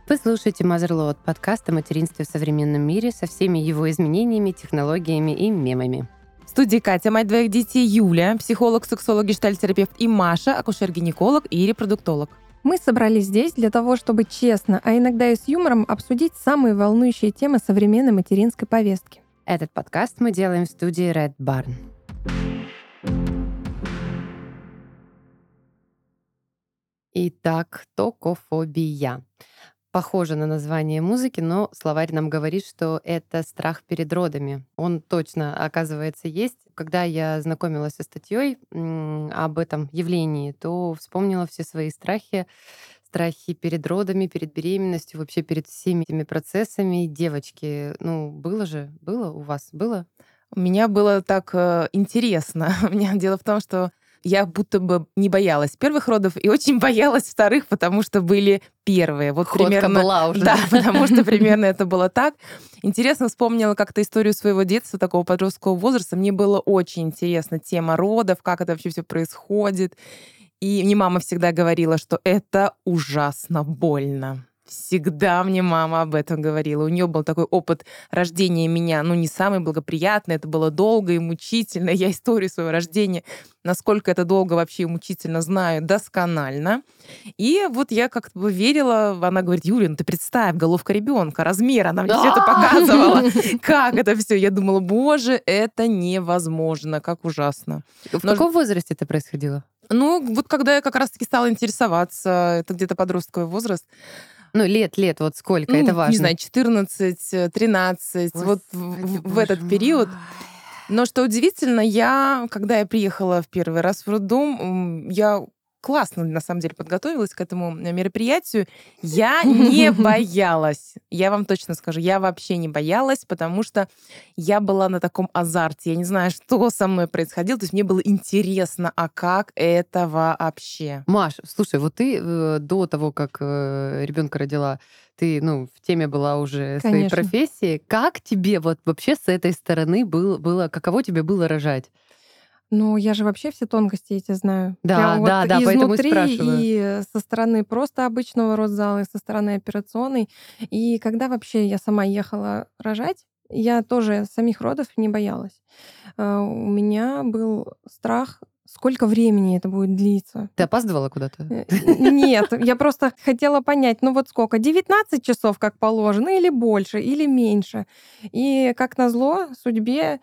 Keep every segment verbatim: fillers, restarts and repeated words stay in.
Вы слушаете Motherload, подкаст о материнстве в современном мире со всеми его изменениями, технологиями и мемами. В студии Катя, мать двоих детей, Юля, психолог, сексолог, гештальт-терапевт, и Маша, акушер-гинеколог и репродуктолог. Мы собрались здесь для того, чтобы честно, а иногда и с юмором обсудить самые волнующие темы современной материнской повестки. Этот подкаст мы делаем в студии Red Barn. Итак, токофобия. Похоже на название музыки, но словарь нам говорит, что это страх перед родами. Он точно, оказывается, есть. Когда я знакомилась со статьей об этом явлении, то вспомнила все свои страхи, страхи перед родами, перед беременностью, вообще перед всеми этими процессами. Девочки, ну, было же, было у вас, было? У меня было так э, интересно. У меня дело в том, что я будто бы не боялась первых родов и очень боялась вторых, потому что были первые. Вот Ходка примерно была уже. Да, потому что примерно это было так. Интересно, вспомнила как-то историю своего детства, такого подросткового возраста. Мне было очень интересна тема родов, как это вообще все происходит. И мне мама всегда говорила, что это ужасно больно. Всегда мне мама об этом говорила. У нее был такой опыт рождения меня, ну, не самый благоприятный. Это было долго и мучительно. Я историю своего рождения, насколько это долго вообще и мучительно, знаю досконально. И вот я как-то бы верила. Она говорит: Юля, ну ты представь, головка ребенка, размер. Она мне все это показывала. Как это все? Я думала, боже, это невозможно, как ужасно. В каком возрасте это происходило? Ну, вот когда я как раз-таки стала интересоваться, это где-то подростковый возраст. Ну, лет, лет, вот сколько, Ну, это важно. Не знаю, четырнадцать, тринадцать, вот в, в этот мой. период. Но что удивительно, я, когда я приехала в первый раз в роддом, я классно, на самом деле, подготовилась к этому мероприятию. Я не боялась. Я вам точно скажу, я вообще не боялась, потому что я была на таком азарте. Я не знаю, что со мной происходило. То есть мне было интересно, а как это вообще? Маш, слушай, вот ты э, до того, как э, ребенка родила, ты, ну, в теме была уже своей Конечно. профессии. Как тебе вот вообще с этой стороны был, было, каково тебе было рожать? Ну, я же вообще все тонкости эти знаю. Да, Прям да, вот да, поэтому и изнутри, спрашиваю. и со стороны просто обычного родзала, и со стороны операционной. И когда вообще я сама ехала рожать, я тоже самих родов не боялась. А, У меня был страх, сколько времени это будет длиться. Ты опаздывала куда-то? Э, Нет, я просто хотела понять, ну вот сколько, девятнадцать часов, как положено, или больше, или меньше. И как назло, судьбе,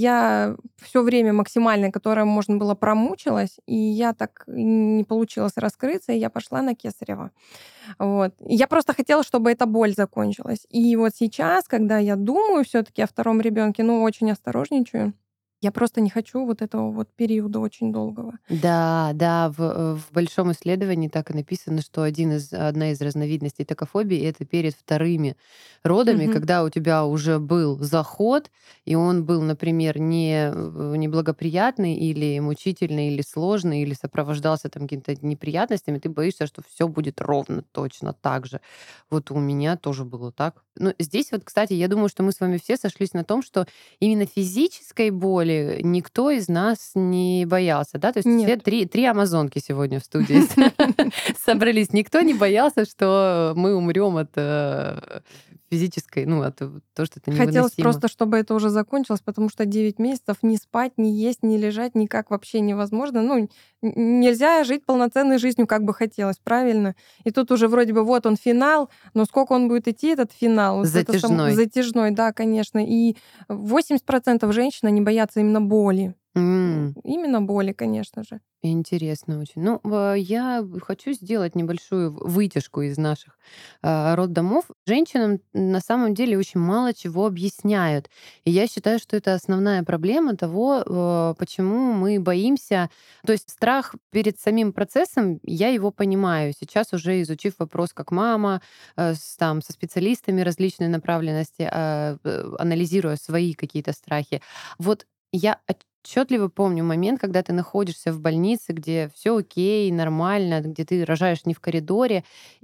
я все время максимальное, которое можно было, промучилась, и я так и не получилось раскрыться, и я пошла на кесарево. Вот. И я просто хотела, чтобы эта боль закончилась. И вот сейчас, когда я думаю все таки о втором ребенке, ну, очень осторожничаю. Я просто не хочу вот этого вот периода очень долгого. Да, да, в, э, в большом исследовании так и написано, что один из, одна из разновидностей токофобии — это перед вторыми родами, Мгм. когда у тебя уже был заход, и он был, например, не э, неблагоприятный или мучительный, или сложный, или сопровождался там какими-то неприятностями, ты боишься, что все будет ровно точно так же. Вот у меня тоже было так. Ну, здесь вот, кстати, я думаю, что мы с вами все сошлись на том, что именно физической боли никто из нас не боялся, да? То есть все Нет. три, три амазонки сегодня в студии собрались. Никто не боялся, что мы умрем от э, физической, ну, от того, что это Хотелось невыносимо. просто, чтобы это уже закончилось, потому что девять месяцев не спать, не есть, не лежать никак вообще невозможно. Ну, н- нельзя жить полноценной жизнью, как бы хотелось, правильно? И тут уже вроде бы вот он финал, но сколько он будет идти, этот финал? Вот это сам- Затяжной. затяжной, да, конечно. И восемьдесят процентов женщин, они боятся именно боли. М. Именно боли, конечно же. Интересно очень. Ну, э, я хочу сделать небольшую в- вытяжку из наших э, роддомов. Женщинам на самом деле очень мало чего объясняют. И я считаю, что это основная проблема того, э, почему мы боимся. То есть страх перед самим процессом, я его понимаю. Сейчас уже изучив вопрос как мама, э, с, там, со специалистами различной направленности, э, э, анализируя свои какие-то страхи. Вот я о отчетливо помню момент, когда ты находишься в больнице, где все окей, нормально, где ты рожаешь не в коридоре,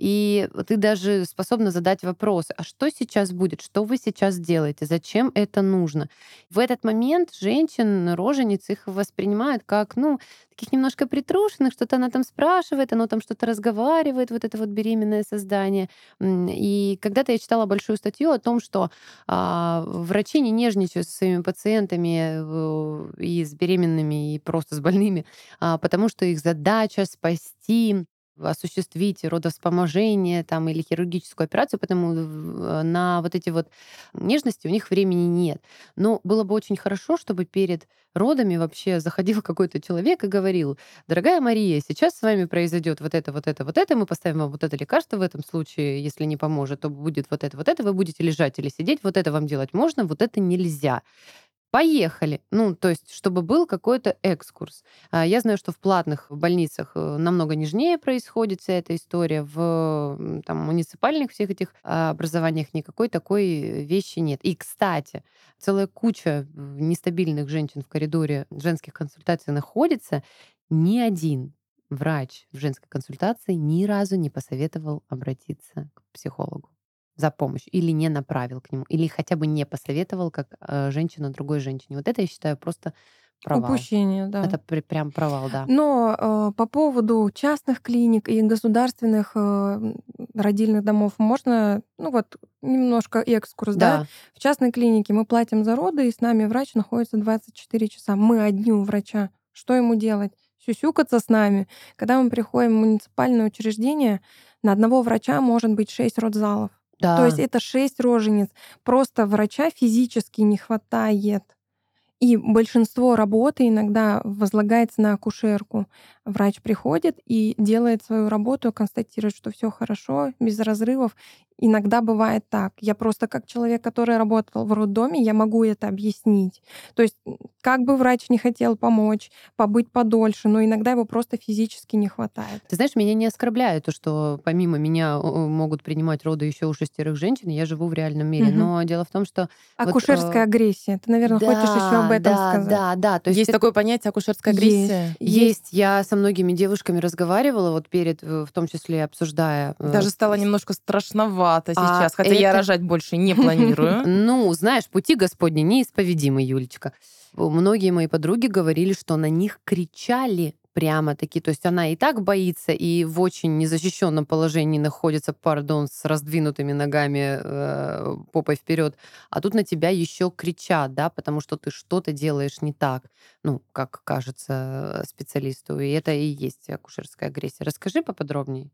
и ты даже способна задать вопрос: а что сейчас будет? Что вы сейчас делаете? Зачем это нужно? В этот момент женщин, рожениц, их воспринимают как, ну, таких немножко притрушенных, что-то она там спрашивает, оно там что-то разговаривает, вот это вот беременное создание. М, И когда-то я читала большую статью о том, что а, врачи не нежничают со своими пациентами э, и с беременными, и просто с больными, а, потому что их задача спасти, осуществить родовспоможение там, или хирургическую операцию, потому э, на вот эти вот нежности у них времени нет. Но было бы очень хорошо, чтобы перед родами вообще заходил какой-то человек и говорил: дорогая Мария, сейчас с вами произойдет вот это, вот это, вот это, мы поставим вам вот это лекарство в этом случае, если не поможет, то будет вот это, вот это, вы будете лежать или сидеть, вот это вам делать можно, вот это нельзя. Поехали. Ну, то есть, чтобы был какой-то экскурс. А, Я знаю, что в платных больницах э, намного нежнее происходит вся эта история. В м, там, муниципальных всех этих а, образованиях никакой такой вещи нет. И, кстати, целая куча м, нестабильных женщин в коридоре женских консультаций находится. Ни один врач в женской консультации ни разу не посоветовал обратиться к психологу за помощью или не направил к нему, или хотя бы не посоветовал, как э, женщина другой женщине. Вот это я считаю просто провал. Упущение, да. Это при- прям провал, да. Но э, по поводу частных клиник и государственных э, м, родильных домов можно, ну вот, немножко экскурс, да. Да, В частной клинике мы платим за роды, и с нами врач находится двадцать четыре часа. Мы одни у врача. Что ему делать? Сюсюкаться с нами. Когда мы приходим в муниципальное учреждение, на одного врача может быть шесть родзалов. То есть да. это шесть рожениц. Просто врача физически не хватает. И большинство работы иногда возлагается на акушерку. Врач приходит и делает свою работу, констатирует, что все хорошо, без разрывов. Иногда бывает так. Я просто как человек, который работал в роддоме, я могу это объяснить. То есть м, как бы врач не хотел помочь, побыть подольше, но иногда его просто физически не хватает. Ты знаешь, меня не оскорбляет то, что помимо меня о, могут принимать роды еще у шестерых женщин. Я живу в реальном мире. Мгм. Но дело в том, что вот Акушерская э, агрессия. Ты, наверное, хочешь еще об да, этом да, сказать? да, да. То есть Есть это такое понятие акушерская Есть, агрессия. есть. есть. Я со многими девушками разговаривала, вот перед, э, в том числе обсуждая э, Даже стало немножко страшновато а сейчас, хотя я это рожать больше не планирую. Ну, знаешь, пути Господни неисповедимы, Юлечка. Многие мои подруги говорили, что на них кричали прямо-таки. То есть она и так боится, и в очень незащищенном положении находится, пардон, с раздвинутыми ногами, э, попой вперед. А тут на тебя еще кричат, да, потому что ты что-то делаешь не так, ну, как кажется э, специалисту. И это и есть акушерская агрессия. Расскажи поподробнее.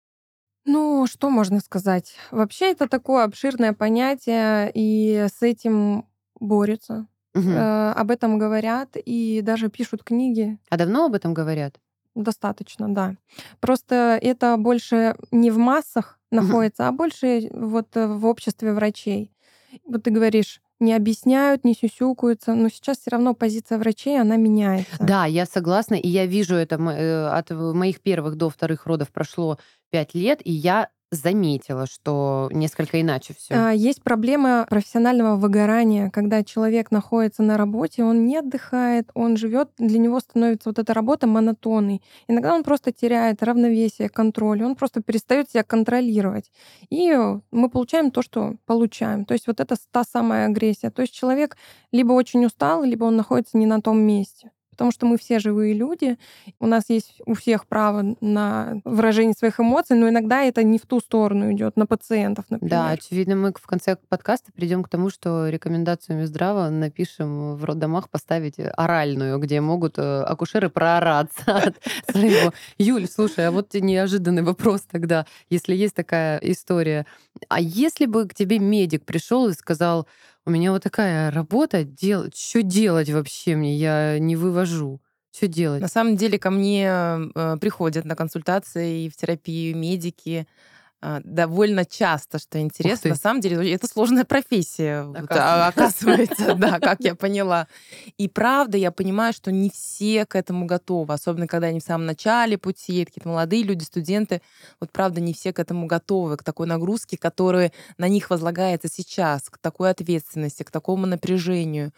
Ну, что можно сказать? Вообще это такое обширное понятие, и с этим борются. Мгм. Э, об этом говорят и даже пишут книги. А давно об этом говорят? Достаточно, да. Просто это больше не в массах Мгм. находится, а больше вот э, в обществе врачей. Вот ты говоришь, не объясняют, не сюсюкаются, но сейчас все равно позиция врачей, она меняется. Да, я согласна, и я вижу это мо- э, от в- моих первых до вторых родов прошло пять лет, и я заметила, что несколько иначе все. А, Есть проблема профессионального выгорания, когда человек находится на работе, он не отдыхает, он живет, для него становится вот эта работа монотонной. Иногда он просто теряет равновесие, контроль, он просто перестает себя контролировать. И э, мы получаем то, что получаем. То есть вот это с- та самая агрессия. То есть человек либо очень устал, либо он находится не на том месте. Потому что мы все живые люди, у нас есть у всех право на выражение своих эмоций, но иногда это не в ту сторону идет, на пациентов, Да, например. очевидно, мы в конце подкаста придем к тому, что рекомендацию Минздрава напишем в роддомах поставить э, оральную, где могут э, акушеры проораться от своего. Юль, слушай, а вот тебе неожиданный вопрос тогда, если есть такая история. А если бы к тебе медик пришел и сказал: у меня вот такая работа, дел... что делать вообще мне? Я не вывожу. Что делать? На самом деле ко мне э, приходят на консультации и в терапию медики а, довольно часто, что Ух интересно. На ты, самом деле это сложная профессия, вот, а, оказывается. оказывается, да, как я поняла. И правда, я понимаю, что не все к этому готовы, особенно когда они в самом начале пути, какие-то молодые люди, студенты. Вот правда, не все к этому готовы, к такой нагрузке, которая на них возлагается сейчас, к такой ответственности, к такому напряжению.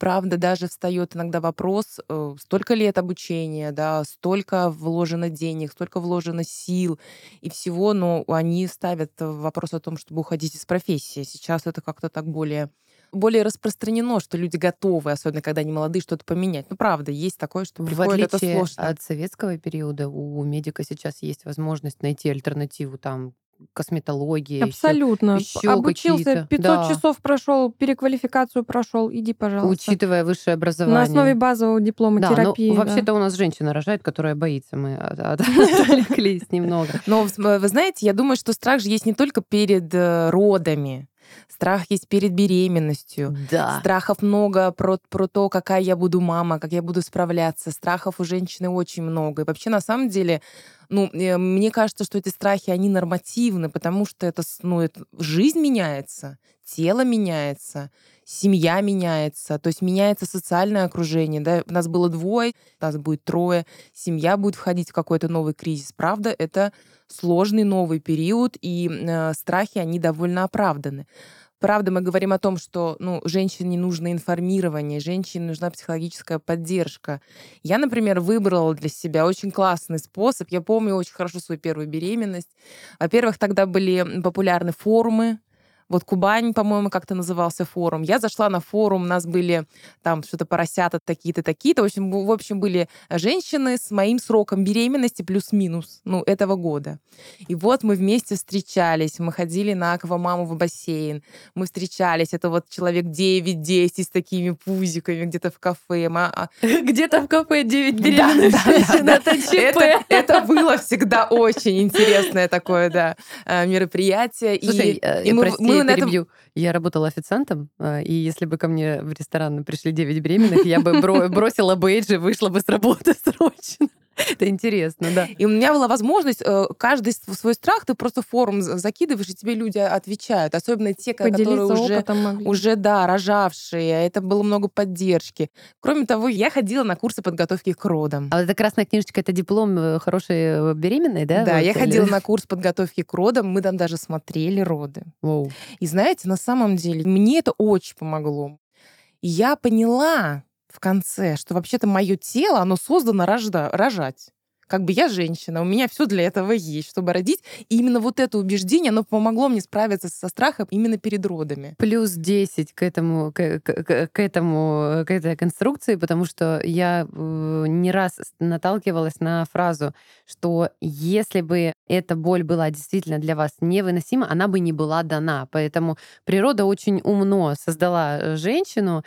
правда, даже встает иногда вопрос, э, столько лет обучения, да, столько вложено денег, столько вложено сил и всего, но они ставят вопрос о том, чтобы уходить из профессии. Сейчас это как-то так более более распространено, что люди готовы, особенно когда они молодые, что-то поменять. Ну, правда, есть такое, что В приходит, это отличие сложно. от советского периода, у медика сейчас есть возможность найти альтернативу, там, косметология, еще, Абсолютно. П- еще Обучился, какие-то. пятьсот Да, часов прошел, переквалификацию прошел, иди, пожалуйста. учитывая высшее На основе образование. базового диплома Да, ну терапии, да. вообще-то у нас женщина рожает, которая боится. Мы от- от- отвлеклись немного. Но в- вы знаете, я думаю, что страх же есть не только перед э, родами. Страх есть перед беременностью. Да. Страхов много про, про то, какая я буду мама, как я буду справляться. Страхов у женщины очень много. И вообще, на самом деле, ну, э, мне кажется, что эти страхи, они нормативны, потому что это, с- ну, это, жизнь меняется, тело меняется, семья меняется, то есть меняется социальное окружение. Да? У нас было двое, у нас будет трое, семья будет входить в какой-то новый кризис. Правда, это сложный новый период, и э, страхи, они довольно оправданы. Правда, мы говорим о том, что ну, женщине нужно информирование, женщине нужна психологическая поддержка. Я, например, выбрала для себя очень классный способ. Я помню очень хорошо свою первую беременность. Во-первых, тогда были популярны форумы. Вот Кубань, по-моему, как-то назывался форум. Я зашла на форум, у нас были там что-то поросята такие-то, такие-то. В общем, бу- в общем, были женщины с моим сроком беременности плюс-минус, ну, этого года. И вот мы вместе встречались, мы ходили на аквамаму в бассейн, мы встречались, это вот человек девять-десять с такими пузиками где-то в кафе. Мы, а, Где-то в кафе девять да, беременных да, да, женщин. да. Это ЧП. Это, это было всегда очень интересное такое, да, э, мероприятие. Слушай, и, э, и мы, прости, мы на этом... перебью. Я работала официантом, э, и если бы ко мне в ресторан пришли девять беременных, я бы бро- бросила бейджи, вышла бы с работы срочно. Это интересно, да. И у меня была возможность, э, каждый с- свой страх, ты просто в форум за- закидываешь, и тебе люди отвечают. Особенно те, ко- которые Поделиться уже, опытом могли. уже, да, рожавшие. Это было много поддержки. Кроме того, я ходила на курсы подготовки к родам. А вот эта красная книжечка — это диплом э, хорошей э, беременной, да? Да, Вот, я или- ходила на курс подготовки к родам, мы там даже смотрели роды. Воу. И знаете, на самом деле, мне это очень помогло. И я поняла в конце, что вообще-то мое тело, оно создано рожда- рожать. Как бы я женщина, у меня все для этого есть, чтобы родить. И именно вот это убеждение, оно помогло мне справиться со страхом именно перед родами. Плюс десять к этому, к, к- к этому, к этой конструкции, потому что я э, не раз наталкивалась на фразу, что если бы эта боль была действительно для вас невыносима, она бы не была дана. Поэтому природа очень умно создала э, женщину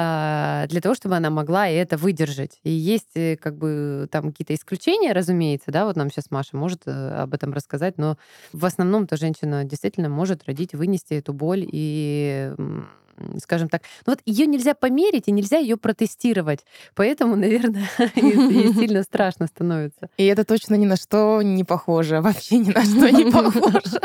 а, для того, чтобы она могла это выдержать. И есть э, как бы там какие-то исключения, разумеется, да, вот нам сейчас Маша может э, об этом рассказать, но в основном-то женщина действительно может родить, вынести эту боль и, м, скажем так, ну вот ее нельзя померить и нельзя ее протестировать, поэтому, наверное, ей сильно страшно становится. И это точно ни на что не похоже, вообще ни на что не похоже.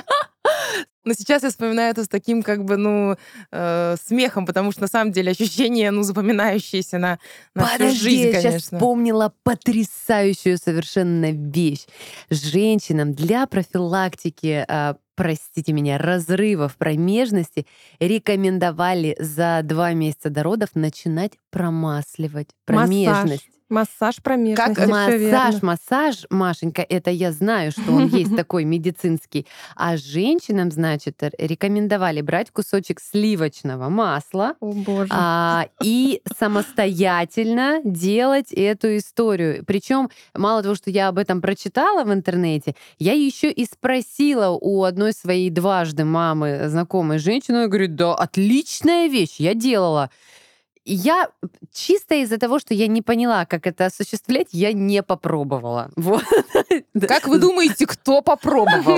Но сейчас я вспоминаю это с таким, как бы, ну, э, смехом, потому что на самом деле ощущение, ну, запоминающееся на, на всю Подожди, жизнь, я сейчас конечно. вспомнила потрясающую совершенно вещь. Женщинам для профилактики, а, простите меня, разрывов промежности рекомендовали за два месяца до родов начинать промасливать промежность. Массаж промежности, Как всё верно. Массаж, массаж, Машенька, это я знаю, что он есть такой медицинский. А женщинам, значит, р- рекомендовали брать кусочек сливочного масла О, боже. а, и самостоятельно делать эту историю. Причем мало того, что я об этом прочитала в интернете, я еще и спросила у одной своей дважды мамы, знакомой женщины, она говорит, да, отличная вещь, я делала. Я чисто из-за того, что я не поняла, как это осуществлять, я не попробовала. Вот. Как вы думаете, кто попробовал?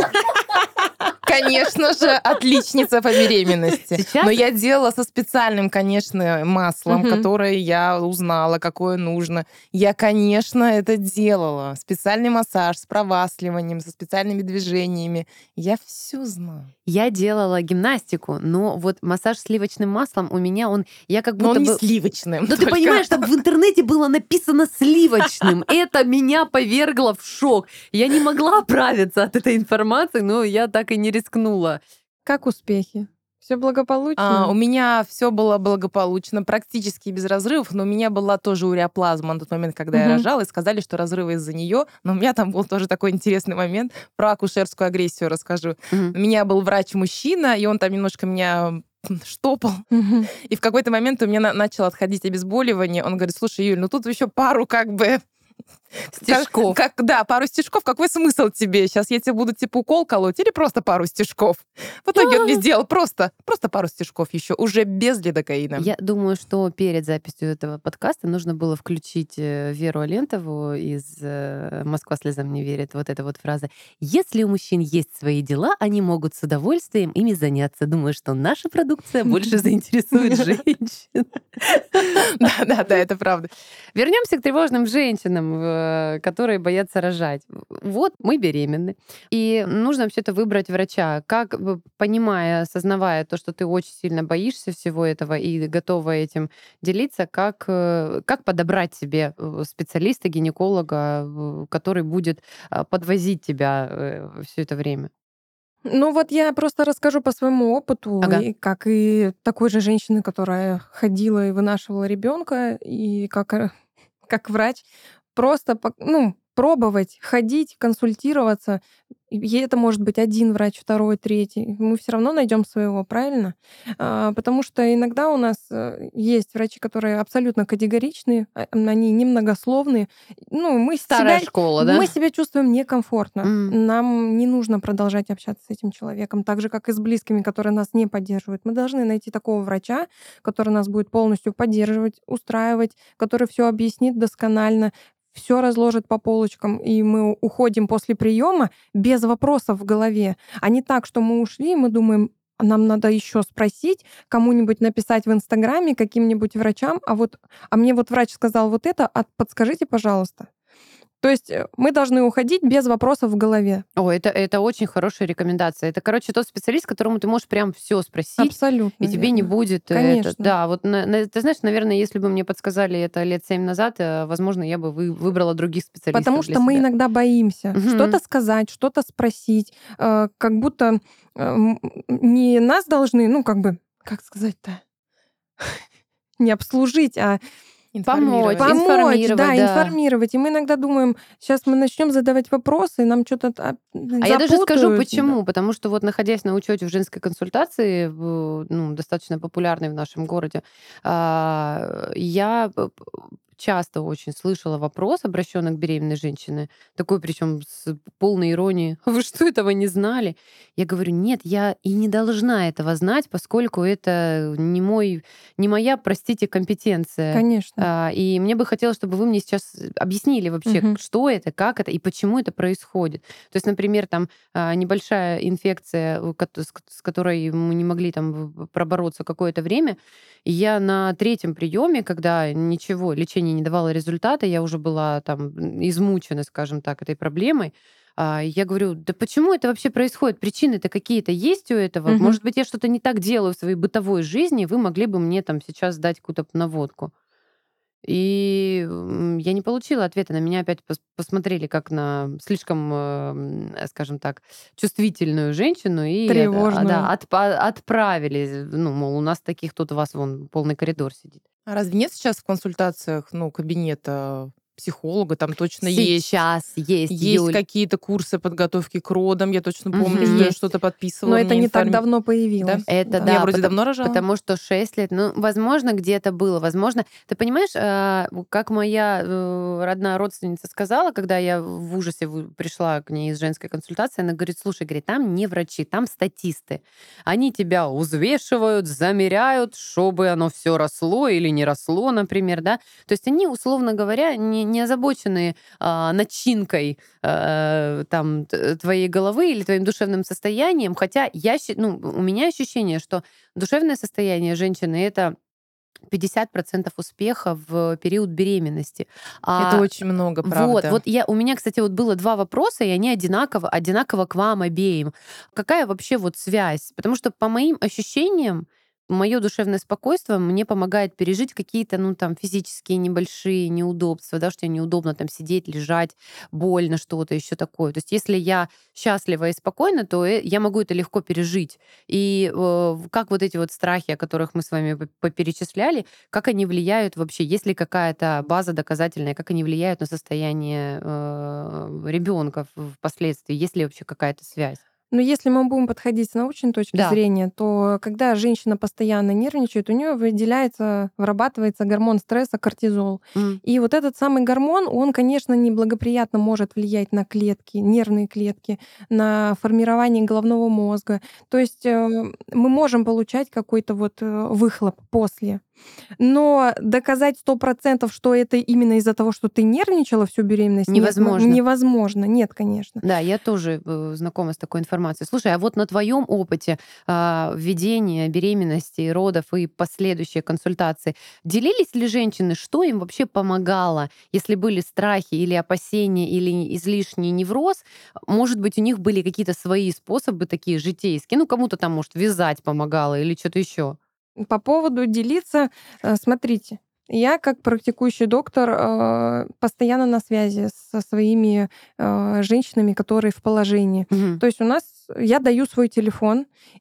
Конечно же, отличница по беременности. Сейчас- Но я делала со специальным, конечно, маслом, Мгм. которое я узнала, какое нужно. Я, конечно, это делала. Специальный массаж с провасливанием, со специальными движениями. Я все знаю. Я делала гимнастику, но вот массаж сливочным маслом у меня он, я как Но будто он не бы... сливочным. Ну ты только. понимаешь, там в интернете было написано сливочным. Это меня повергло в шок. Я не могла оправиться от этой информации, но я так и не рискнула. Как успехи? Все А, у благополучно? меня все было благополучно, практически без разрывов, но у меня была тоже уреоплазма на тот момент, когда я Мгм. рожала, и сказали, что разрывы из-за нее. Но у меня там был тоже такой интересный момент. Про акушерскую агрессию расскажу. Мгм. У меня был врач-мужчина, и он там немножко меня м, штопал. Мгм. И в какой-то момент у меня на- начало отходить обезболивание. Он говорит, слушай, Юль, ну тут еще пару как бы... Как, Стежков. как- да, пару стежков. Какой смысл тебе? Сейчас я тебе буду типа укол колоть или просто пару стежков? В итоге он мне сделал просто, просто пару стежков еще, уже без лидокаина. Я думаю, что перед записью этого подкаста нужно было включить э, Веру Алентову из э, «Москва слезам не верит». Вот эта вот фраза. «Если у мужчин есть свои дела, они могут с удовольствием ими заняться. Думаю, что наша продукция больше заинтересует женщин». Да, да, да, это правда. Вернемся к тревожным женщинам, э, которые боятся рожать. Вот мы беременны, и нужно все это выбрать врача. Как, бы, понимая, осознавая то, что ты очень сильно боишься всего этого и готова этим делиться, как, э, как подобрать себе э, специалиста, гинеколога, э, который будет а, подвозить тебя все это время? Ну вот я просто расскажу по своему опыту, Ага. и как и такой же женщины, которая ходила и вынашивала ребенка, и как, э, как врач, просто пок- ну, пробовать, ходить, консультироваться. И это может быть один врач, второй, третий. Мы все равно найдем своего, правильно? А, потому что иногда у нас э, есть врачи, которые абсолютно категоричные, а, они немногословные. Ну, мы себя Старая школа, да? мы себя чувствуем некомфортно. М. Нам не нужно продолжать общаться с этим человеком, так же, как и с близкими, которые нас не поддерживают. Мы должны найти такого врача, который нас будет полностью поддерживать, устраивать, который все объяснит досконально, все разложит по полочкам, и мы уходим после приема без вопросов в голове, а не так, что мы ушли, и мы думаем, «А нам надо еще спросить, кому-нибудь написать в Инстаграме, каким-нибудь врачам, а вот, а мне вот врач сказал вот это, а подскажите, пожалуйста». То есть э, мы должны уходить без вопросов в голове. О, это, это очень хорошая рекомендация. Это, короче, тот специалист, которому ты можешь прям все спросить, Абсолютно и тебе не верно. будет э, это. Конечно. Да, вот на- на- ты знаешь, наверное, если бы мне подсказали это лет семь назад, э, возможно, я бы вы- выбрала других Потому специалистов для что мы себя. иногда боимся Мгм. что-то сказать, что-то спросить, э, как будто э, м, не нас должны, ну, как бы, как сказать-то, не обслужить, а Помочь, Информировать. помочь, информировать, да, да. информировать. И мы иногда думаем, сейчас мы начнем задавать вопросы, и нам что-то А я даже скажу, запутают. Да. почему. Потому что вот находясь на учете в женской консультации, в, ну, достаточно популярной в нашем городе, а, я п- п- часто очень слышала вопрос, обращенный к беременной женщине, такой причем с полной иронией. Вы что, этого не знали? Я говорю, нет, я и не должна этого знать, поскольку это не мой, не моя, простите, компетенция. Конечно. А, И мне бы хотелось, чтобы вы мне сейчас объяснили вообще, Мгм. что это, как это и почему это происходит. То есть, например, там а, небольшая инфекция, у кот- с ко- с которой мы не могли там в- пробороться какое-то время, и я на третьем приеме, когда ничего, лечение не давало результата, я уже была там м, измучена, скажем так, этой проблемой, а, я говорю, да почему это вообще происходит? Причины-то какие-то есть у этого? Мгм. Может быть, я что-то не так делаю в своей бытовой жизни, и вы могли бы мне там сейчас дать какую-то наводку. И м, я не получила ответа. На меня опять пос- посмотрели как на слишком, э, м, скажем так, чувствительную женщину и э, а, Тревожную. да, отпа- отправили. Ну, мол, у нас таких тут у вас вон полный коридор сидит. А разве нет сейчас в консультациях, ну, кабинета психолога? Там точно есть. Сейчас есть, Есть Юль. какие-то курсы подготовки к родам. Я точно помню, Мгм. что я Есть. что-то подписывала. Но это мне не так информ- давно Да? появилось. Это Да. Я да, вроде потом- давно рожала. потому что шесть лет, ну, возможно, где-то было, возможно. Ты понимаешь, а, как моя э, родная родственница сказала, когда я в ужасе вы- пришла к ней из женской консультации, она говорит, слушай, говорит, там не врачи, там статисты. Они тебя узвешивают, замеряют, чтобы оно все росло или не росло, например, да. То есть они, условно говоря, не, не озабочены а, начинкой э, там т- твоей головы или твоим душевным состоянием, хотя я, щи- ну, у меня ощущение, что душевное состояние женщины это пятьдесят процентов успеха в период беременности. Это А очень много, вот, правда. вот я, у меня, кстати, вот было два вопроса, и они одинаково, одинаково к вам обеим. Какая вообще вот связь? Потому что по моим ощущениям мое душевное спокойствие мне помогает пережить какие-то, ну, там, физические небольшие неудобства, да, что тебе неудобно там сидеть, лежать, больно что-то, еще такое. То есть если я счастлива и спокойна, то э, я могу это легко пережить. И э, как вот эти вот страхи, о которых мы с вами п- поперечисляли, как они влияют вообще, есть ли какая-то база доказательная, как они влияют на состояние ребенка впоследствии, есть ли вообще какая-то связь? Но если мы будем подходить с научной точки Да. зрения, то когда женщина постоянно нервничает, у нее выделяется, вырабатывается гормон стресса кортизол. М. И вот этот самый гормон, он, конечно, неблагоприятно может влиять на клетки, нервные клетки, на формирование головного мозга. То есть э, мы можем получать какой-то вот э, выхлоп после. Но доказать сто процентов, что это именно из-за того, что ты нервничала всю беременность, нет, Невозможно. невозможно. Нет, конечно. Да, я тоже э, знакома с такой информацией. Слушай, а вот на твоем опыте а, введения беременности, родов и последующие консультации, делились ли женщины, что им вообще помогало, если были страхи или опасения, или излишний невроз? Может быть, у них были какие-то свои способы такие житейские? Ну, кому-то там, может, вязать помогало или что-то еще? По поводу делиться, э, смотрите, я как практикующий доктор э, постоянно на связи со своими э, женщинами, которые в положении. Мгм. То есть у нас я даю свой телефон,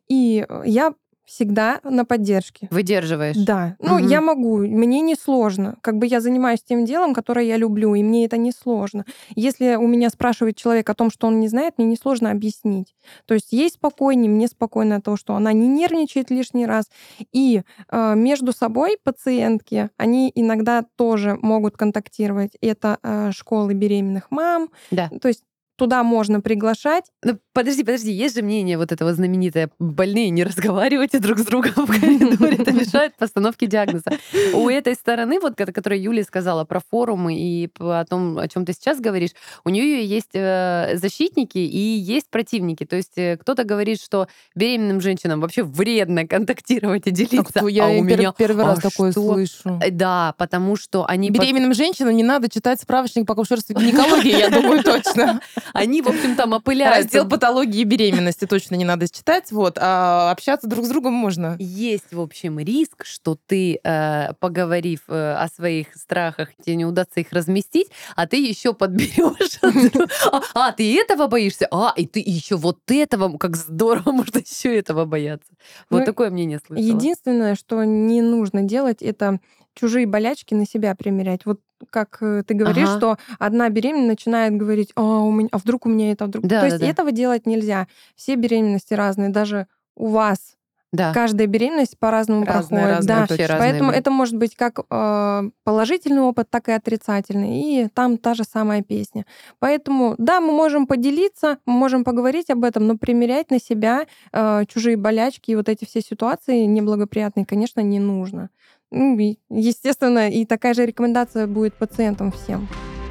и э, я всегда на поддержке. Выдерживаешь? Да, ну Мгм. я могу, мне не сложно. Как бы я занимаюсь тем делом, которое я люблю, и мне это не сложно. Если у меня спрашивает человек о том, что он не знает, мне несложно объяснить. То есть ей спокойнее, мне спокойно от того, что она не нервничает лишний раз. И э, между собой пациентки, они иногда тоже могут контактировать. Это э, школы беременных мам. Да. То есть туда можно приглашать. Ну, подожди, подожди, есть же мнение вот этого знаменитое: больные не разговаривайте друг с другом в коридоре, это мешает постановке диагноза. У этой стороны, вот, ко- которая Юлия сказала про форумы и п- о том, о чем ты сейчас говоришь, у нее есть э, защитники и есть противники. То есть э, кто-то говорит, что беременным женщинам вообще вредно контактировать и А делиться, кто? а Я у пер- меня... первый а раз такое что? слышу. Э, Да, потому что они... под- Беременным женщинам не надо читать справочник по акушерству и гинекологии, я думаю, точно. Они, в общем, там опыляются. Раздел патологии беременности точно не надо читать, вот, а общаться друг с другом можно. Есть, в общем, риск, что ты, э, поговорив э, о своих страхах, тебе не удастся их разместить, а ты еще подберешь. А, а, ты этого боишься? А, и ты еще вот этого, как здорово, можно еще этого бояться. Вот Ну, такое мнение слышала. Единственное, что не нужно делать, это чужие болячки на себя примерять. Вот как э, ты говоришь, Ага. что одна беременная начинает говорить, а, у меня, а вдруг у меня это, а вдруг... Да, То да, есть да. этого делать нельзя. Все беременности разные, даже у вас. Да. Каждая беременность по-разному Разные, проходит. разные, Да. Вообще разные Поэтому были. это может быть как э, положительный опыт, так и отрицательный. И там та же самая песня. Поэтому, да, мы можем поделиться, мы можем поговорить об этом, но примерять на себя э, чужие болячки и вот эти все ситуации неблагоприятные, конечно, не нужно. Ну, и, естественно, и такая же рекомендация будет пациентам всем.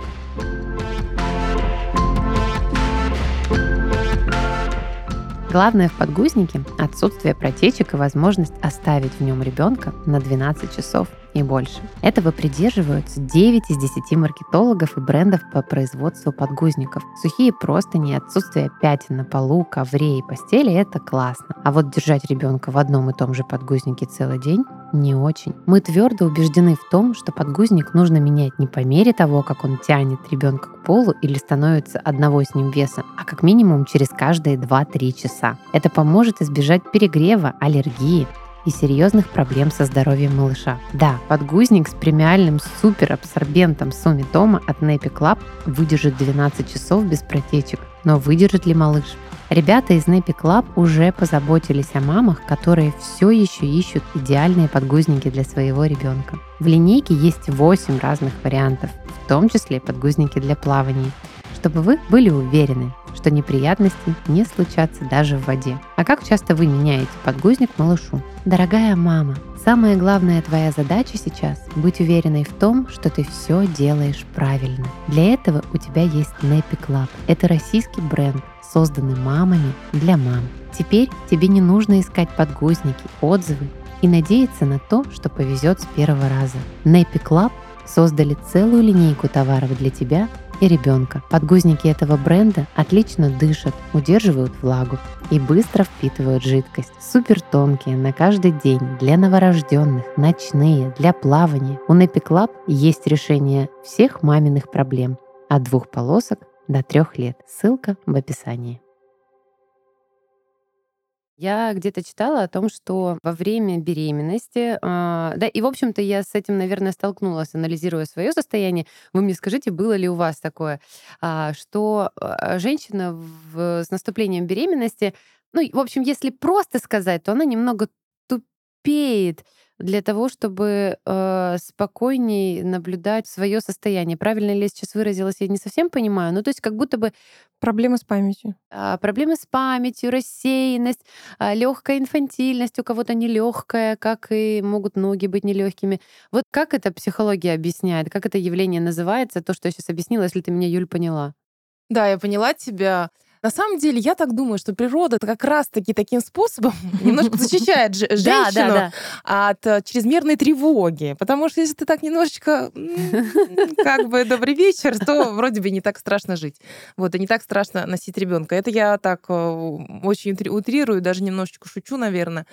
Главное в подгузнике — отсутствие протечек и возможность оставить в нем ребенка на двенадцать часов и больше. Этого придерживаются девять из десяти маркетологов и брендов по производству подгузников. Сухие простыни, отсутствие пятен на полу, ковре и постели — это классно. А вот держать ребенка в одном и том же подгузнике целый день — не очень. Мы твердо убеждены в том, что подгузник нужно менять не по мере того, как он тянет ребенка к полу или становится одного с ним веса, а как минимум через каждые два-три часа. Это поможет избежать перегрева, аллергии и серьезных проблем со здоровьем малыша. Да, подгузник с премиальным суперабсорбентом Сумитома от Nappy Club выдержит двенадцать часов без протечек. Но выдержит ли малыш? Ребята из Nappy Club уже позаботились о мамах, которые все еще ищут идеальные подгузники для своего ребенка. В линейке есть восемь разных вариантов, в том числе и подгузники для плавания, чтобы вы были уверены, что неприятности не случатся даже в воде. А как часто вы меняете подгузник малышу? Дорогая мама, самая главная твоя задача сейчас — быть уверенной в том, что ты все делаешь правильно. Для этого у тебя есть Nappy Club. Это российский бренд, созданный мамами для мам. Теперь тебе не нужно искать подгузники, отзывы и надеяться на то, что повезет с первого раза. Nappy Club создали целую линейку товаров для тебя и ребенка. Подгузники этого бренда отлично дышат, удерживают влагу и быстро впитывают жидкость. Супер тонкие, на каждый день, для новорожденных, ночные, для плавания. У Nappy Club есть решение всех маминых проблем. От двух полосок до трех лет. Ссылка в описании. Я где-то читала о том, что во время беременности, а, да, и, в общем-то, я с этим, наверное, столкнулась, анализируя свое состояние. Вы мне скажите, было ли у вас такое, а, что а, женщина в- с наступлением беременности, ну, и, в общем, если просто сказать, то она немного тупеет для того, чтобы э, спокойней наблюдать свое состояние. Правильно ли я сейчас выразилась, я не совсем понимаю. Ну, то есть как будто бы Проблемы с памятью. а, проблемы с памятью, рассеянность, легкая инфантильность, у кого-то нелегкая, как и могут ноги быть нелегкими. Вот как это психология объясняет, как это явление называется, то, что я сейчас объяснила, если ты меня, Юль, поняла. Да, я поняла тебя. На самом деле, я так думаю, что природа как раз-таки таким способом немножко защищает же- Да, да, женщину да. от э, чрезмерной тревоги. Потому что если ты так немножечко, м, как бы, добрый вечер, то вроде бы не так страшно жить. Вот, и не так страшно носить ребенка. Это я так э, очень утри- утрирую, даже немножечко шучу, наверное.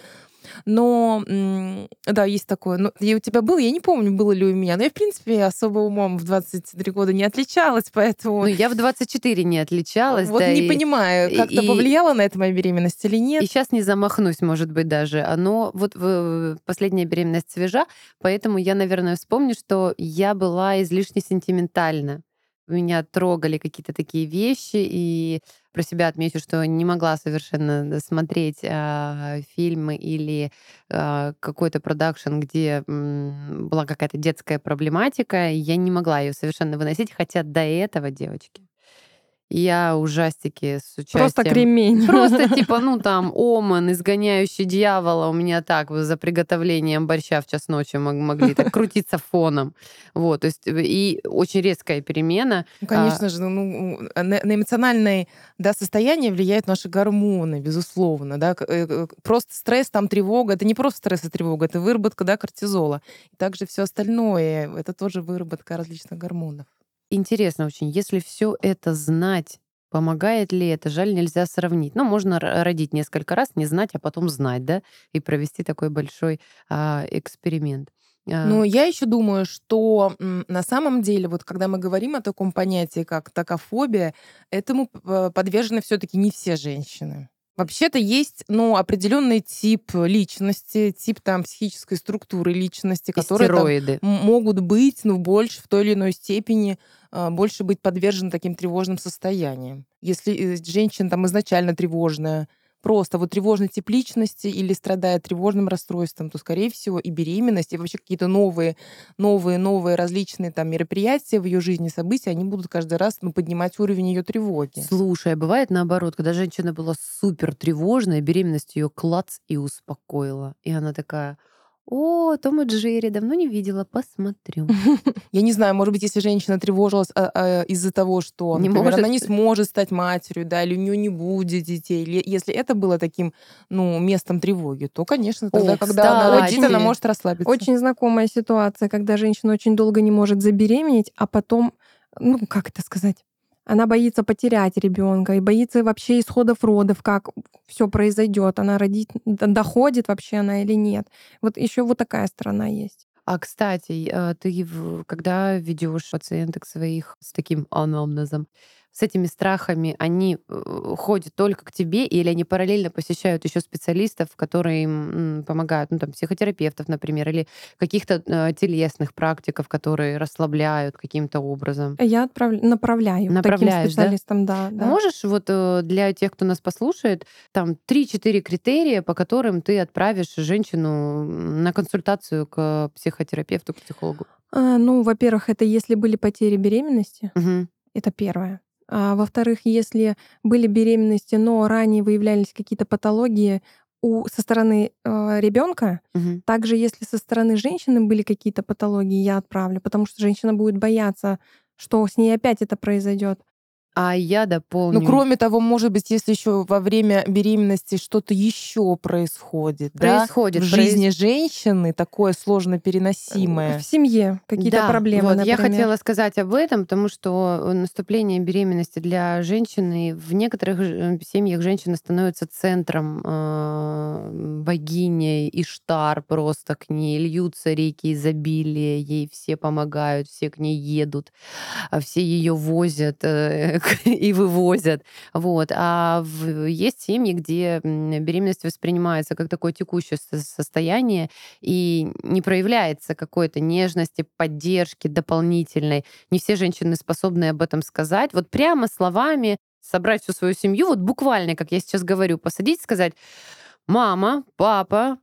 Но, м, да, есть такое. Но и у тебя было, я не помню, было ли у меня. Но я, в принципе, особо умом в двадцать три года не отличалась, Ну, поэтому я в двадцать четыре не отличалась, вот да, не и, понимаю, как-то и, повлияла на это моя беременность или и нет. сейчас не замахнусь, может быть, даже. А, Но вот в- последняя беременность свежа, поэтому я, наверное, вспомню, что я была излишне сентиментальна. Меня трогали какие-то такие вещи, и про себя отмечу, что не могла совершенно смотреть а, фильмы или а, какой-то продакшн, где м, была какая-то детская проблематика. и Я не могла ее совершенно выносить, хотя до этого, девочки, я ужастики с Просто участием. кремень. Просто типа, ну там, Оман, изгоняющий дьявола, у меня так вот за приготовлением борща в час ночи мог- могли так крутиться фоном. Вот, то есть, э, и очень резкая перемена. Ну, А, конечно же, ну, на, на эмоциональное, да, состояние влияют наши гормоны, безусловно. Да. К- э, э, Просто стресс, там тревога. Это не просто стресс и тревога, это выработка, да, кортизола. И также все остальное, это тоже выработка различных гормонов. Интересно очень, если все это знать, помогает ли это? Жаль, нельзя сравнить. Ну, можно р- родить несколько раз, не знать, а потом знать, да, и провести такой большой а, эксперимент. А, Но я еще думаю, что м, на самом деле, вот когда мы говорим о таком понятии, как токофобия, этому п- подвержены все-таки не все женщины. Вообще-то есть, ну, определенный тип личности, тип там психической структуры личности, которые там Истероиды. м- могут быть, ну, больше в той или иной степени, а, больше быть подвержены таким тревожным состояниям. Если э, женщина там изначально тревожная, просто вот тревожный тип личности или страдает тревожным расстройством, то, скорее всего, и беременность, и вообще какие-то новые, новые, новые различные там мероприятия в ее жизни, события, они будут каждый раз, ну, поднимать уровень ее тревоги. Слушай, а бывает наоборот, когда женщина была супер тревожная, беременность ее клац и успокоила. И она такая: о, Том и Джерри, давно не видела, посмотрю. Я не знаю, может быть, если женщина тревожилась а, а, из-за того, что, Не например, она может? не сможет стать матерью, да, или у нее не будет детей, или если это было таким, ну, местом тревоги, то, конечно, О, тогда, когда она родит, она кстати. может расслабиться. Очень знакомая ситуация, когда женщина очень долго не может забеременеть, а потом, ну, как это сказать, она боится потерять ребенка и боится вообще исходов родов, как все произойдет, она родит, д- доходит вообще она или нет. Вот еще вот такая сторона есть. А, кстати, а, ты в- когда ведешь пациенток своих с таким анамнезом, с этими страхами, они э, ходят только к тебе, или они параллельно посещают еще специалистов, которые им м, помогают, ну там психотерапевтов, например, или каких-то э, телесных практиков, которые расслабляют каким-то образом? Я отправля- направляю к таким Направляешь, да? специалистам, да, да. Можешь вот э, для тех, кто нас послушает, там три-четыре критерия, по которым ты отправишь женщину м, на консультацию к психотерапевту, к психологу? А, ну, во-первых, это если были потери беременности, Мгм. это первое. А во-вторых, если были беременности, но ранее выявлялись какие-то патологии у, со стороны ребенка, Мгм. также если со стороны женщины были какие-то патологии, я отправлю, потому что женщина будет бояться, что с ней опять это произойдет. А я Ну, дополню. кроме того, может быть, если еще во время беременности что-то еще происходит, да, в Происходит, жизни произ женщины такое сложно М, В переносимое. семье какие-то Да, проблемы, вот я например. хотела сказать об этом, потому что э, наступление беременности для женщины в некоторых ж- э, семьях женщина становится центром, э, богиней, Иштар просто к ней льются реки изобилия, ей все помогают, все к ней едут, а все ее возят э, и вывозят. Вот. А в- есть семьи, где м, беременность воспринимается как такое текущее со- состояние, и не проявляется какой-то нежности, поддержки дополнительной. Не все женщины способны об этом сказать. Вот прямо словами собрать всю свою семью, вот буквально, как я сейчас говорю, посадить, сказать: мама, папа,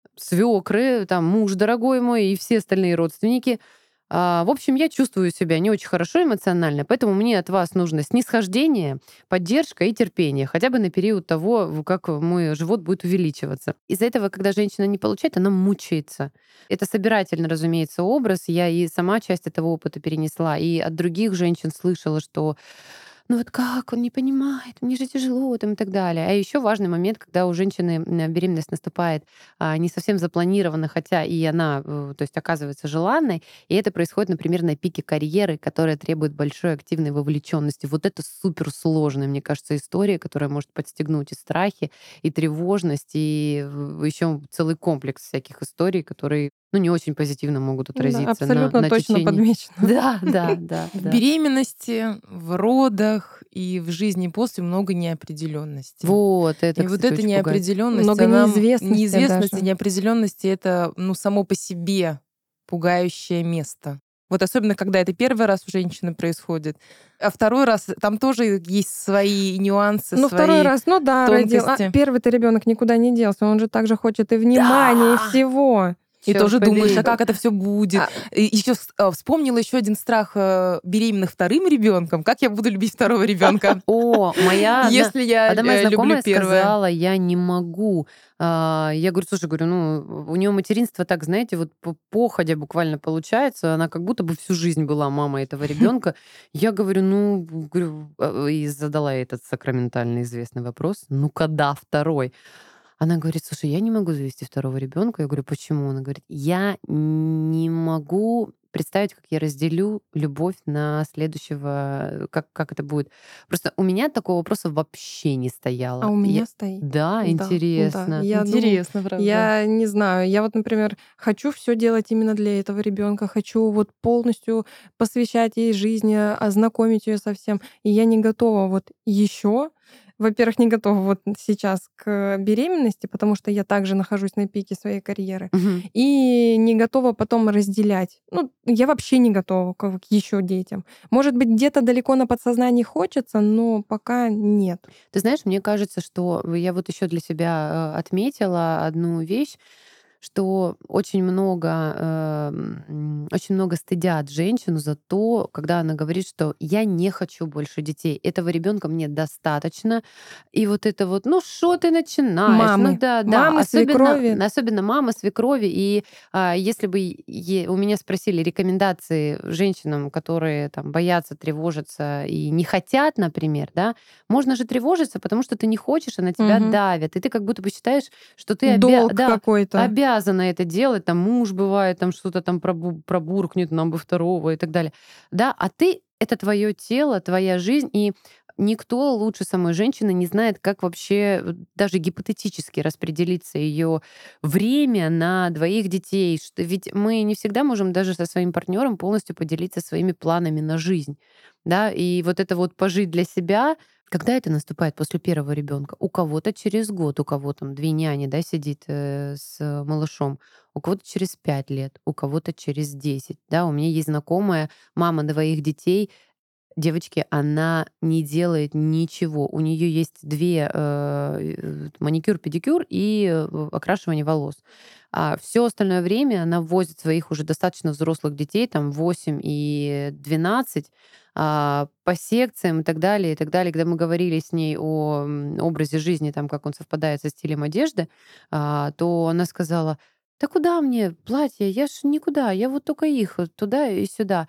свекры, там, муж дорогой мой и все остальные родственники. А, в общем, я чувствую себя не очень хорошо эмоционально, поэтому мне от вас нужно снисхождение, поддержка и терпение, хотя бы на период того, в- как мой живот будет увеличиваться. Из-за этого, когда женщина не получает, она мучается. Это собирательно, разумеется, образ. Я и сама часть этого опыта перенесла, и от других женщин слышала, что ну вот как он не понимает, мне же тяжело там и так далее. А еще важный момент, когда у женщины м, беременность наступает а, не совсем запланированно, хотя и она, э, то есть оказывается желанной, и это происходит, например, на пике карьеры, которая требует большой активной вовлеченности. Вот это супер сложная, мне кажется, история, которая может подстегнуть и страхи, и тревожность, и еще целый комплекс всяких историй, которые ну, не очень позитивно могут Да, отразиться на, абсолютно на точно течение. подмечено. Да, да, да, В да. беременности, в родах и в жизни после много неопределенности. Вот, это, И вот кстати, эта очень пугает. неопределенность, Много она м- неизвестности неизвестность и даже. неопределенность это ну само по себе пугающее место. Вот особенно, когда это первый раз у женщины происходит, а второй раз там тоже есть свои нюансы, Ну, второй свои раз, ну да, родил. А тонкости. первый-то ребенок никуда не делся. Он же также хочет и внимания, и Да! всего. И Черт тоже думаешь, а побери. как это все будет? А, И еще вспомнила еще один страх э, беременных вторым ребенком. Как я буду любить второго ребенка, О, моя одна, если я одна моя э, люблю знакомая первое? сказала, я не могу. А, Я говорю, слушай, говорю, ну, у нее материнство так, знаете, вот по- походя буквально получается, она как будто бы всю жизнь была мамой этого ребенка. Я говорю, ну, говорю, а, и задала ей этот сакраментально известный вопрос, ну, когда второй? Она говорит, слушай, я не могу завести второго ребенка. Я говорю, почему? Она говорит, я не могу представить, как я разделю любовь на следующего, э, как, как это будет. Просто у меня такого вопроса вообще не а стояло. у Я- меня стоит. Да, Да, да. интересно. Я думаю, Интересно, правда. я не знаю. Я вот, например, хочу все делать именно для этого ребенка, хочу вот полностью посвящать ей жизни, ознакомить ее со всем. И я не готова вот еще. Во-первых, не готова вот сейчас к беременности, потому что я также нахожусь на пике своей карьеры. Мгм. И не готова потом разделять. Ну, я вообще не готова к еще детям. Может быть, где-то далеко на подсознании хочется, но пока нет. Ты знаешь, мне кажется, что я вот еще для себя э, отметила одну вещь, что очень много, э, м, очень много стыдят женщину за то, когда она говорит, что я не хочу больше детей, этого ребенка мне достаточно. И вот это вот, ну что ты начинаешь? Ну Мамы. да, да, Мамы, особенно, свекрови. особенно мама, свекрови. И а, если бы е- у меня спросили рекомендации женщинам, которые там боятся, тревожатся и не хотят, например, да, можно же тревожиться, потому что ты не хочешь, а на тебя Мгм. давят. И ты как будто бы считаешь, что ты обя... Долг да, какой-то. обязана это делать, там муж бывает, там что-то там пробу- пробуркнет, нам бы второго и так далее. Да, а ты это твое тело, твоя жизнь, и никто лучше самой женщины не знает, как вообще э, даже гипотетически распределиться ее время на двоих детей. Что, ведь мы не всегда можем даже со своим партнером полностью поделиться своими планами на жизнь. Да, и вот это вот пожить для себя, когда это наступает после первого ребенка? У кого-то через год, у кого там две няни, да, сидит э, с малышом, у кого-то через пять лет, у кого-то через десять. Да, у меня есть знакомая, мама двоих детей, девочки, она не делает ничего. У нее есть две э, э, маникюр, педикюр и э, окрашивание волос. А все остальное время она возит своих уже достаточно взрослых детей, там восемь и двенадцать, а, по секциям и так далее, и так далее. Когда мы говорили с ней о м, образе жизни, там, как он совпадает со стилем одежды, а, то она сказала, да куда мне платье? Я ж никуда, я вот только их э, туда и сюда.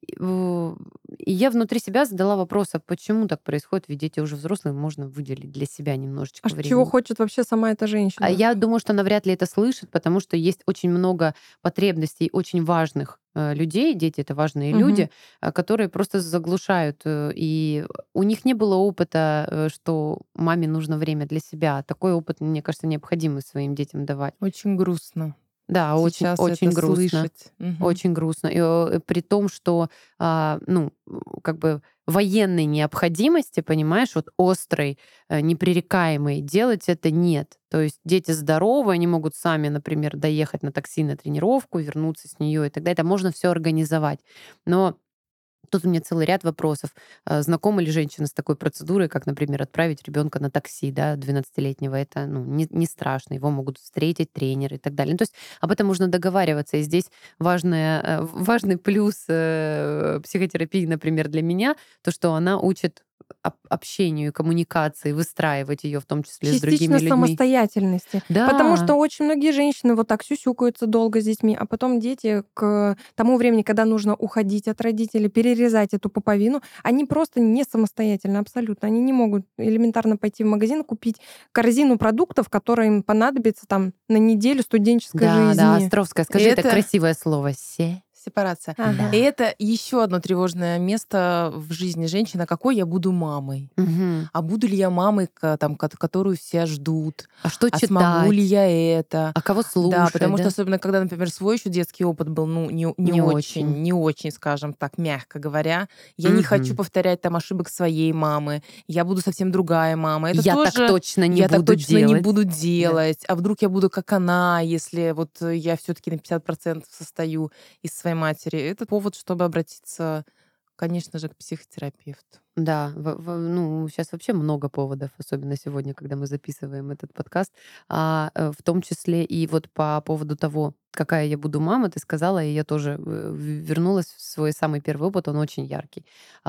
И в и я внутри себя задала вопрос: а почему так происходит? Ведь дети уже взрослые, можно выделить для себя А немножечко ш чего времени. хочет вообще сама эта А женщина? я думаю, что она вряд ли это слышит, потому что есть очень много потребностей очень важных, э, людей. Дети — это важные Мгм. люди, а, которые просто заглушают, э, и у них не было опыта, э, что маме нужно время для себя. Такой опыт, мне кажется, необходимо своим детям давать. Очень грустно Да, очень сейчас это очень грустно. слышать. Мгм. Очень грустно. И, э, при том, что, а, ну, м, как бы военной необходимости, понимаешь, вот острой, э, непререкаемой, делать это нет. То есть дети здоровы, они могут сами, например, доехать на такси на тренировку, вернуться с нее, и тогда это можно все организовать. Но тут у меня целый ряд вопросов. А, Знакома ли женщина с такой процедурой, как, например, отправить ребенка на такси, да, двенадцатилетнего? Это, ну, не, не страшно, его могут встретить тренеры и так далее. Ну, то есть об этом можно договариваться. И здесь важное, э, важный плюс э, психотерапии, например, для меня, то, что она учит об- общению, коммуникации, выстраивать ее в том числе с другими Частично людьми. самостоятельности. Потому Да. что очень многие женщины вот так сюсюкаются долго с детьми, а потом дети к тому времени, когда нужно уходить от родителей, перерезать эту пуповину, они просто не самостоятельны абсолютно. Они не могут элементарно пойти в магазин, купить корзину продуктов, которые им понадобится там на неделю студенческой Да, да, жизни. Островская, И скажи это это красивое слово. Се. сепарация. И Ага. это еще одно тревожное место в жизни женщины. А какой я буду мамой? Мгм. А буду ли я мамой, ка- там, кот- которую все ждут? А что А смогу ли читать? я это? А кого Да, слушать, потому что да? особенно, когда, например, свой еще детский опыт был, ну, не, не Не очень. очень, не очень, скажем так, мягко говоря. Я не хочу Мгм. повторять там ошибок своей мамы. Я буду совсем другая мама. Это Я так тоже точно не я так буду точно не делать. буду Да. делать. А вдруг я буду как она, если вот э, я все-таки на пятьдесят процентов состою из своей матери. Это повод, чтобы обратиться, конечно же, к психотерапевту. Да, в- в- ну, сейчас вообще много поводов, особенно сегодня, когда мы записываем этот подкаст, а, э, в том числе и вот по поводу того, какая я буду мама, ты сказала, и я тоже э, в- вернулась в свой самый первый опыт, он очень яркий.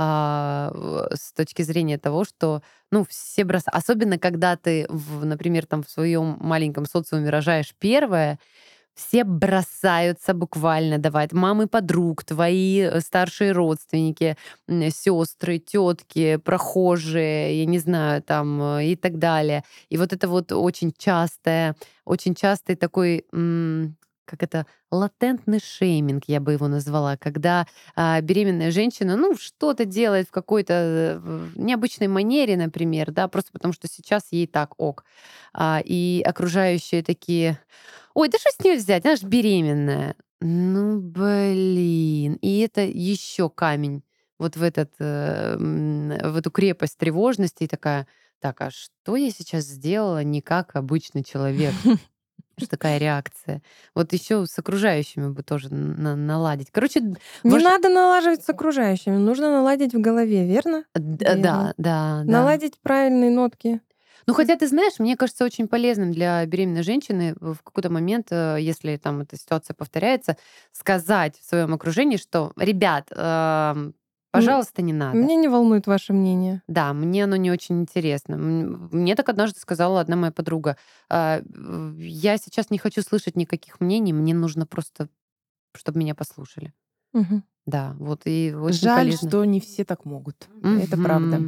А, в- с точки зрения того, что, ну, все бросают, особенно когда ты, в, например, там в своем маленьком социуме рожаешь первое, все бросаются буквально давать. Мамы подруг, твои э, старшие родственники, сестры, тетки, прохожие, я не знаю, там э, и так далее. И вот это вот очень частое, очень частый такой, м, как это, латентный шейминг, я бы его назвала, когда а, беременная женщина, ну, что-то делает в какой-то э, в необычной манере, например, да, просто потому что сейчас ей так ок. А, и окружающие такие: ой, да что с нее взять? Она ж беременная. Ну, блин. И это еще камень вот в этот, э, м, в эту крепость тревожности. И такая: так, а что я сейчас сделала не как обычный человек? Что такая реакция? Вот еще с окружающими бы тоже на- наладить. Короче, д- Не вож- надо налаживать с окружающими, нужно наладить в голове, верно? д- Верно. да, да, да. Наладить правильные нотки. Ну, С хотя, ты знаешь, мне кажется очень полезным для беременной женщины в какой-то момент, э, если там эта ситуация повторяется, сказать в своем окружении, что, ребят, эм, м пожалуйста, не надо. Меня не волнует ваше мнение. Да, мне оно не очень интересно. М, Мне так однажды сказала одна моя подруга: «А, э, я сейчас не хочу слышать никаких мнений, мне нужно просто, чтобы меня послушали». Мгм. Да, вот и очень Жаль, полезно. что не все так могут. Это правда. Мгм.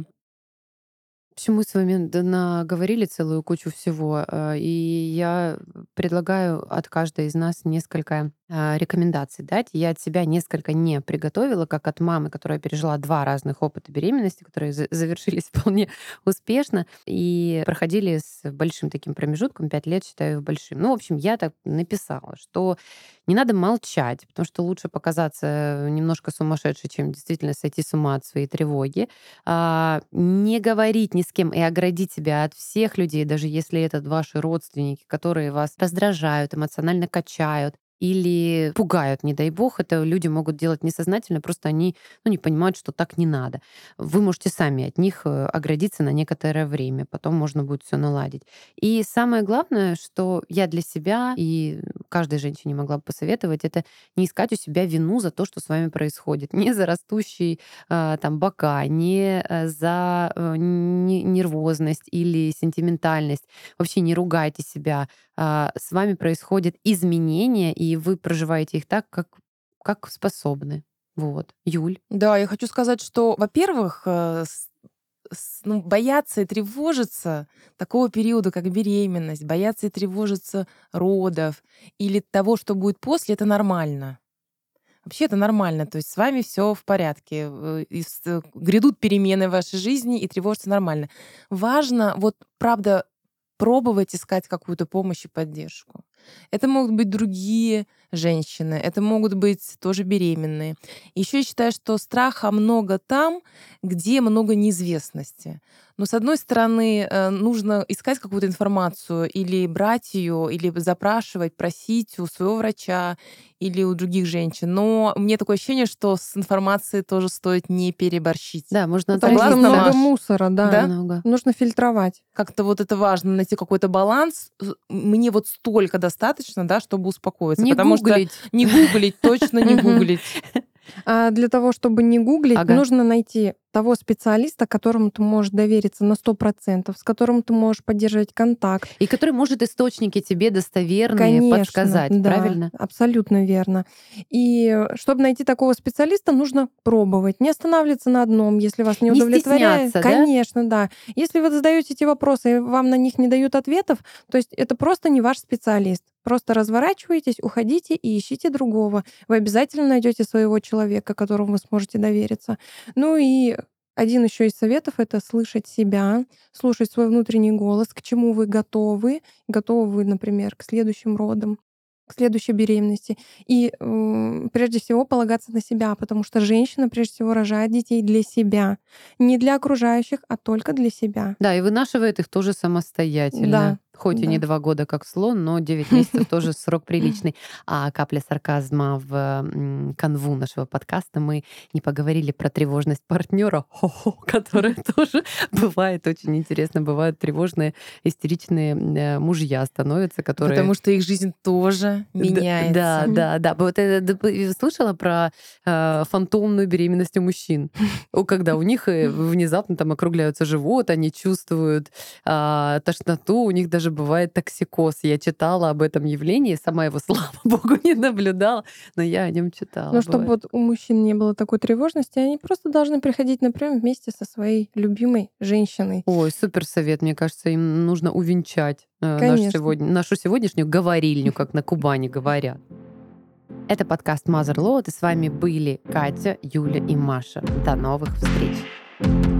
В общем, мы с вами д- наговорили целую кучу всего, э, и я предлагаю от каждой из нас несколько а, рекомендаций дать. Я от себя несколько не приготовила, как от мамы, которая пережила два разных опыта беременности, которые за- завершились вполне успешно и проходили с большим таким промежутком, пять лет считаю большим. Ну, в общем, я так написала, что не надо молчать, потому что лучше показаться немножко сумасшедшей, чем действительно сойти с ума от своей тревоги, а, не говорить ни с кем и оградить себя от всех людей, даже если это ваши родственники, которые вас раздражают, эмоционально качают или пугают, не дай бог. Это люди могут делать несознательно, просто они, ну, не понимают, что так не надо. Вы можете сами от них э, оградиться на некоторое время, потом можно будет все наладить. И самое главное, что я для себя и каждой женщине могла бы посоветовать, это не искать у себя вину за то, что с вами происходит, не за растущий а, там бока, не э, за э, не- нервозность или сентиментальность. Вообще не ругайте себя. А, С вами происходят изменения, и вы проживаете их так, как, как способны. Вот. Юль? Да, я хочу сказать, что, во-первых, э, с- с- ну, бояться и тревожиться такого периода, как беременность, бояться и тревожиться родов или того, что будет после, это нормально. Вообще это нормально, то есть с вами все в порядке. э, и с- э, Грядут перемены в вашей жизни, и тревожиться нормально. Важно, вот правда, пробовать искать какую-то помощь и поддержку. Это могут быть другие женщины, это могут быть тоже беременные. Еще я считаю, что страха много там, где много неизвестности. Но, с одной стороны, э, нужно искать какую-то информацию или брать ее, или запрашивать, просить у своего врача или у других женщин. Но мне такое ощущение, что с информацией тоже стоит не переборщить. Да, можно Потому что Согласна, много Маш? мусора, да. Да? Много. Нужно фильтровать. Как-то вот это важно, найти какой-то баланс. Э, Мне вот столько достаточно, да, чтобы успокоиться. Не Потому гуглить. что не гуглить, точно не Мгм. гуглить. А для того, чтобы не гуглить, Ага. нужно найти того специалиста, которому ты можешь довериться на сто процентов, с которым ты можешь поддерживать контакт. И который может источники тебе достоверные Конечно, подсказать, да, правильно? абсолютно верно. И чтобы найти такого специалиста, нужно пробовать, не останавливаться на одном, если вас не, Не удовлетворяет. стесняться, да? Конечно, да. Если вы задаете эти вопросы, и вам на них не дают ответов, то есть это просто не ваш специалист. Просто разворачиваетесь, уходите и ищите другого. Вы обязательно найдете своего человека, которому вы сможете довериться. Ну и один еще из советов — это слышать себя, слушать свой внутренний голос, к чему вы готовы. Готовы вы, например, к следующим родам, к следующей беременности. И м, прежде всего полагаться на себя, потому что женщина прежде всего рожает детей для себя. Не для окружающих, а только для себя. Да, и вынашивает их тоже самостоятельно. Да, Хоть и не да. два года, как слон, но девять месяцев тоже срок приличный. А капля сарказма в м, канву нашего подкаста. Мы не поговорили про тревожность партнера, которая тоже бывает очень интересно. Бывают тревожные, истеричные э, мужья становятся, которые... Потому что их жизнь тоже Д- меняется. Да, да, да. Вот это, ты слышала про э, фантомную беременность у мужчин? О, Когда у них э, внезапно там округляются живот, они чувствуют а, тошноту, у них даже бывает токсикоз. Я читала об этом явлении, сама его, слава богу, не наблюдала, но я о нем читала. Но чтобы Бывает. вот у мужчин не было такой тревожности, они просто должны приходить на прием вместе со своей любимой женщиной. Ой, супер совет. Мне кажется, им нужно увенчать э, наш Конечно. сегодня, нашу сегодняшнюю говорильню, как на Кубани говорят. Это подкаст Mother Load, и с вами были Катя, Юля и Маша. До новых встреч!